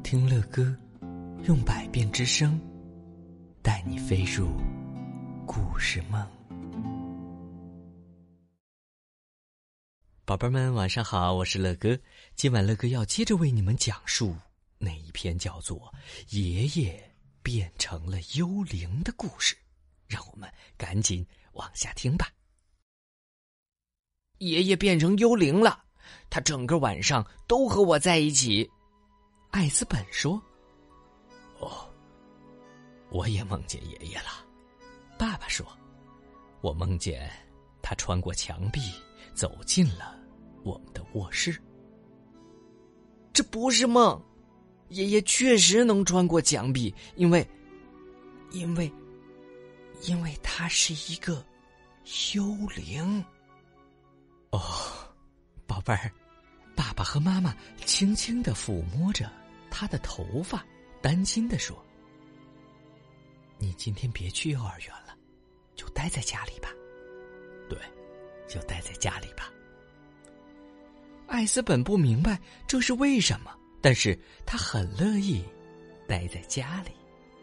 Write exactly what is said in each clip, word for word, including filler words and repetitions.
听乐哥，用百变之声带你飞入故事梦。宝贝们晚上好，我是乐哥。今晚乐哥要接着为你们讲述那一篇叫做《爷爷变成了幽灵》的故事，让我们赶紧往下听吧。 爷爷变成幽灵了，他整个晚上都和我在一起。 艾斯本说：哦，我也梦见爷爷了。爸爸说：我梦见他穿过墙壁走进了我们的卧室。 这不是梦，爷爷确实能穿过墙壁，因为因为因为他是一个幽灵。 哦，宝贝儿，爸爸和妈妈轻轻地抚摸着他的头发，担心地说：你今天别去幼儿园了，就待在家里吧。对，就待在家里吧。艾斯本不明白这是为什么，但是他很乐意待在家里。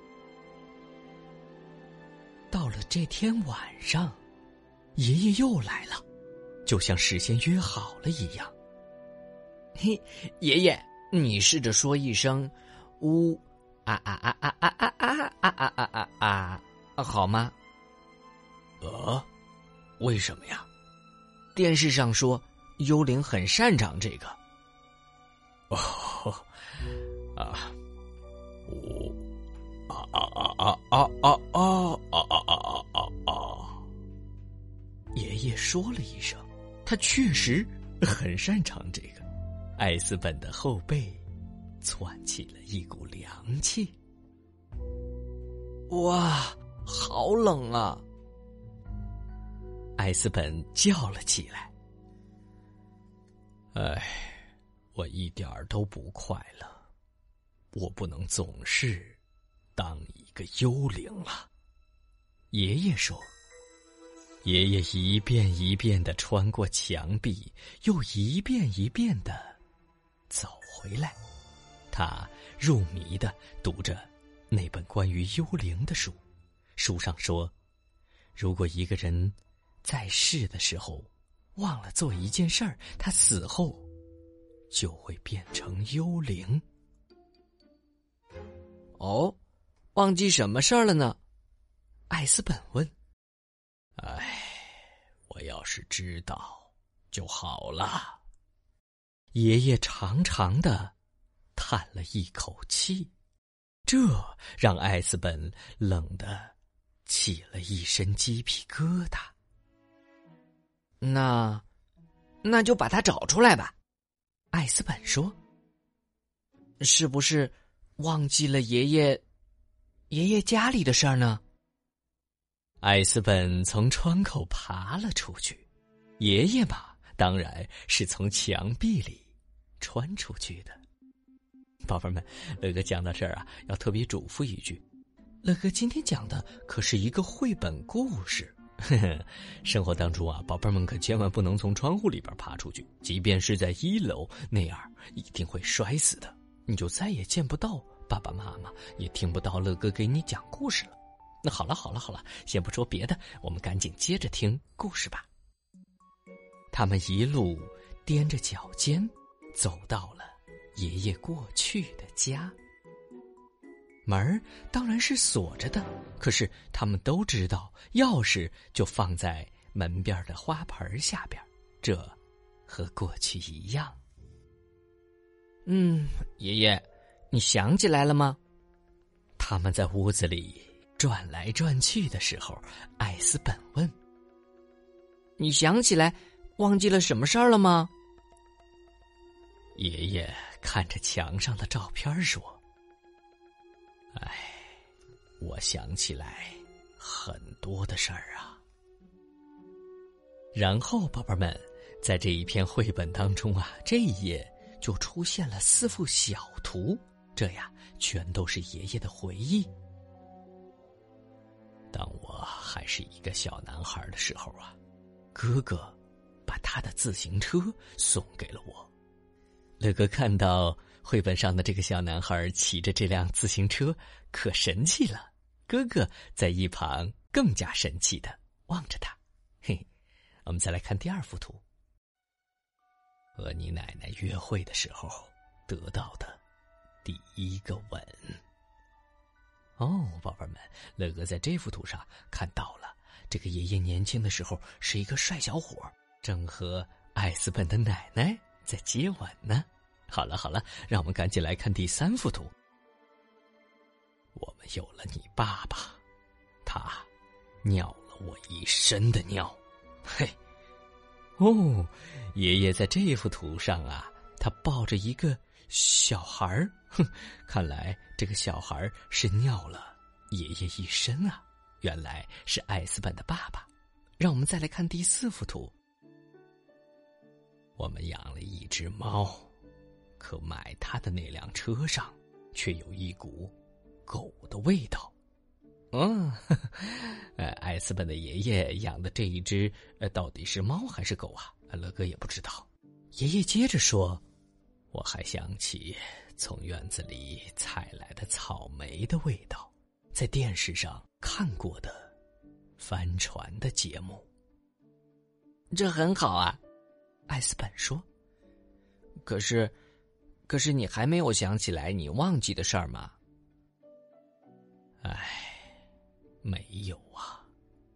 到了这天晚上，爷爷又来了，就像事先约好了一样。 嘿，爷爷，你试着说一声“呜啊啊啊啊啊啊啊啊啊啊啊”，好吗？ 呃，为什么呀？ 电视上说幽灵很擅长这个。 哦，啊，呜啊啊啊啊啊啊啊啊啊啊啊！爷爷说了一声，他确实很擅长这个。艾斯本的后背窜起了一股凉气。 哇，好冷啊！ 艾斯本叫了起来。唉，我一点儿都不快乐，我不能总是当一个幽灵了。爷爷说。爷爷一遍一遍地穿过墙壁，又一遍一遍地走回来。他入迷地读着那本关于幽灵的书，书上说，如果一个人在世的时候忘了做一件事儿，他死后就会变成幽灵。 哦，忘记什么事儿了呢？ 艾斯本问。唉，我要是知道就好了。爷爷长长的叹了一口气，这让艾斯本冷得起了一身鸡皮疙瘩。 那，那就把它找出来吧。 艾斯本说。 是不是忘记了爷爷，爷爷家里的事儿呢？ 艾斯本从窗口爬了出去，爷爷嘛，当然是从墙壁里穿出去的。宝贝们，乐哥讲到这儿啊，要特别嘱咐一句，乐哥今天讲的可是一个绘本故事。呵呵，生活当中啊，宝贝们可千万不能从窗户里边爬出去，即便是在一楼，那样一定会摔死的，你就再也见不到爸爸妈妈，也听不到乐哥给你讲故事了。那好了好了好了，先不说别的，我们赶紧接着听故事吧。他们一路踮着脚尖走到了爷爷过去的家。门儿当然是锁着的，可是他们都知道钥匙就放在门边的花盆下边，这和过去一样。 嗯，爷爷，你想起来了吗？ 他们在屋子里转来转去的时候，艾斯本问： 你想起来忘记了什么事儿了吗？ 爷爷看着墙上的照片说：哎，我想起来很多的事儿啊。然后宝贝们，在这一篇绘本当中啊，这一页就出现了四幅小图，这呀全都是爷爷的回忆。当我还是一个小男孩的时候啊，哥哥把他的自行车送给了我。乐哥看到绘本上的这个小男孩骑着这辆自行车可神气了，哥哥在一旁更加神气的望着他。嘿，我们再来看第二幅图。和你奶奶约会的时候得到的第一个吻。哦，宝贝们，乐哥在这幅图上看到了，这个爷爷年轻的时候是一个帅小伙，正和艾斯本的奶奶在接吻呢。好了好了，让我们赶紧来看第三幅图。我们有了你爸爸，他尿了我一身的尿。嘿，哦，爷爷在这幅图上啊，他抱着一个小孩儿，哼，看来这个小孩是尿了爷爷一身啊，原来是艾斯本的爸爸。让我们再来看第四幅图。我们养了一只猫，可买它的那辆车上却有一股狗的味道。嗯，呃，艾斯本的爷爷养的这一只，呃，到底是猫还是狗啊？乐哥也不知道。爷爷接着说，我还想起从院子里采来的草莓的味道，在电视上看过的帆船的节目。 这很好啊， 艾斯本说。 可是，可是你还没有想起来你忘记的事儿吗？ 唉，没有啊。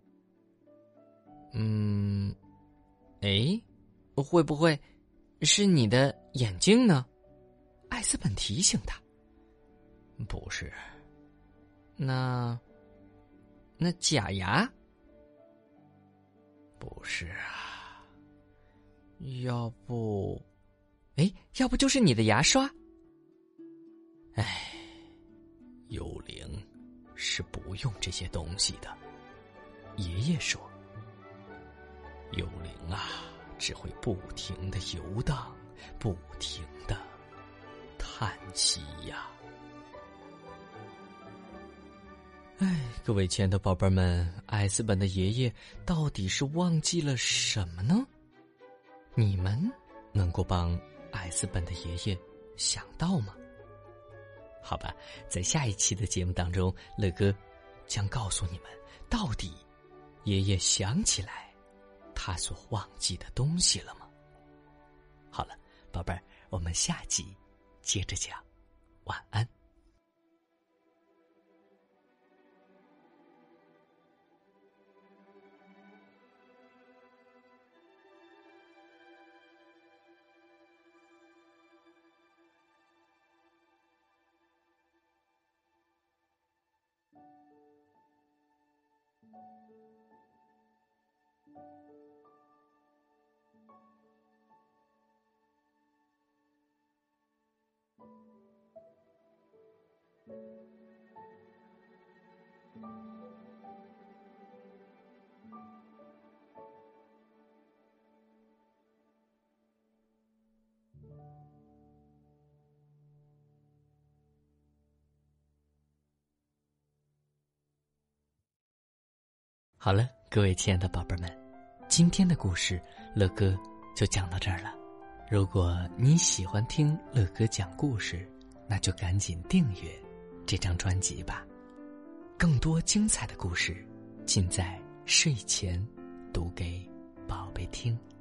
嗯，诶，会不会是你的眼睛呢？ 艾斯本提醒他。不是。 那，那假牙？ 不是啊。 要不，诶，要不就是你的牙刷？ 唉，幽灵是不用这些东西的。爷爷说，幽灵啊，只会不停地游荡，不停地叹息呀。哎，各位亲爱的宝贝们，艾斯本的爷爷到底是忘记了什么呢？你们能够帮艾斯本的爷爷想到吗？好吧，在下一期的节目当中，乐哥将告诉你们，到底爷爷想起来他所忘记的东西了吗？好了，宝贝儿，我们下集接着讲，晚安。好了，各位亲爱的宝贝们，今天的故事乐哥就讲到这儿了。如果你喜欢听乐哥讲故事，那就赶紧订阅这张专辑吧。更多精彩的故事尽在睡前读给宝贝听。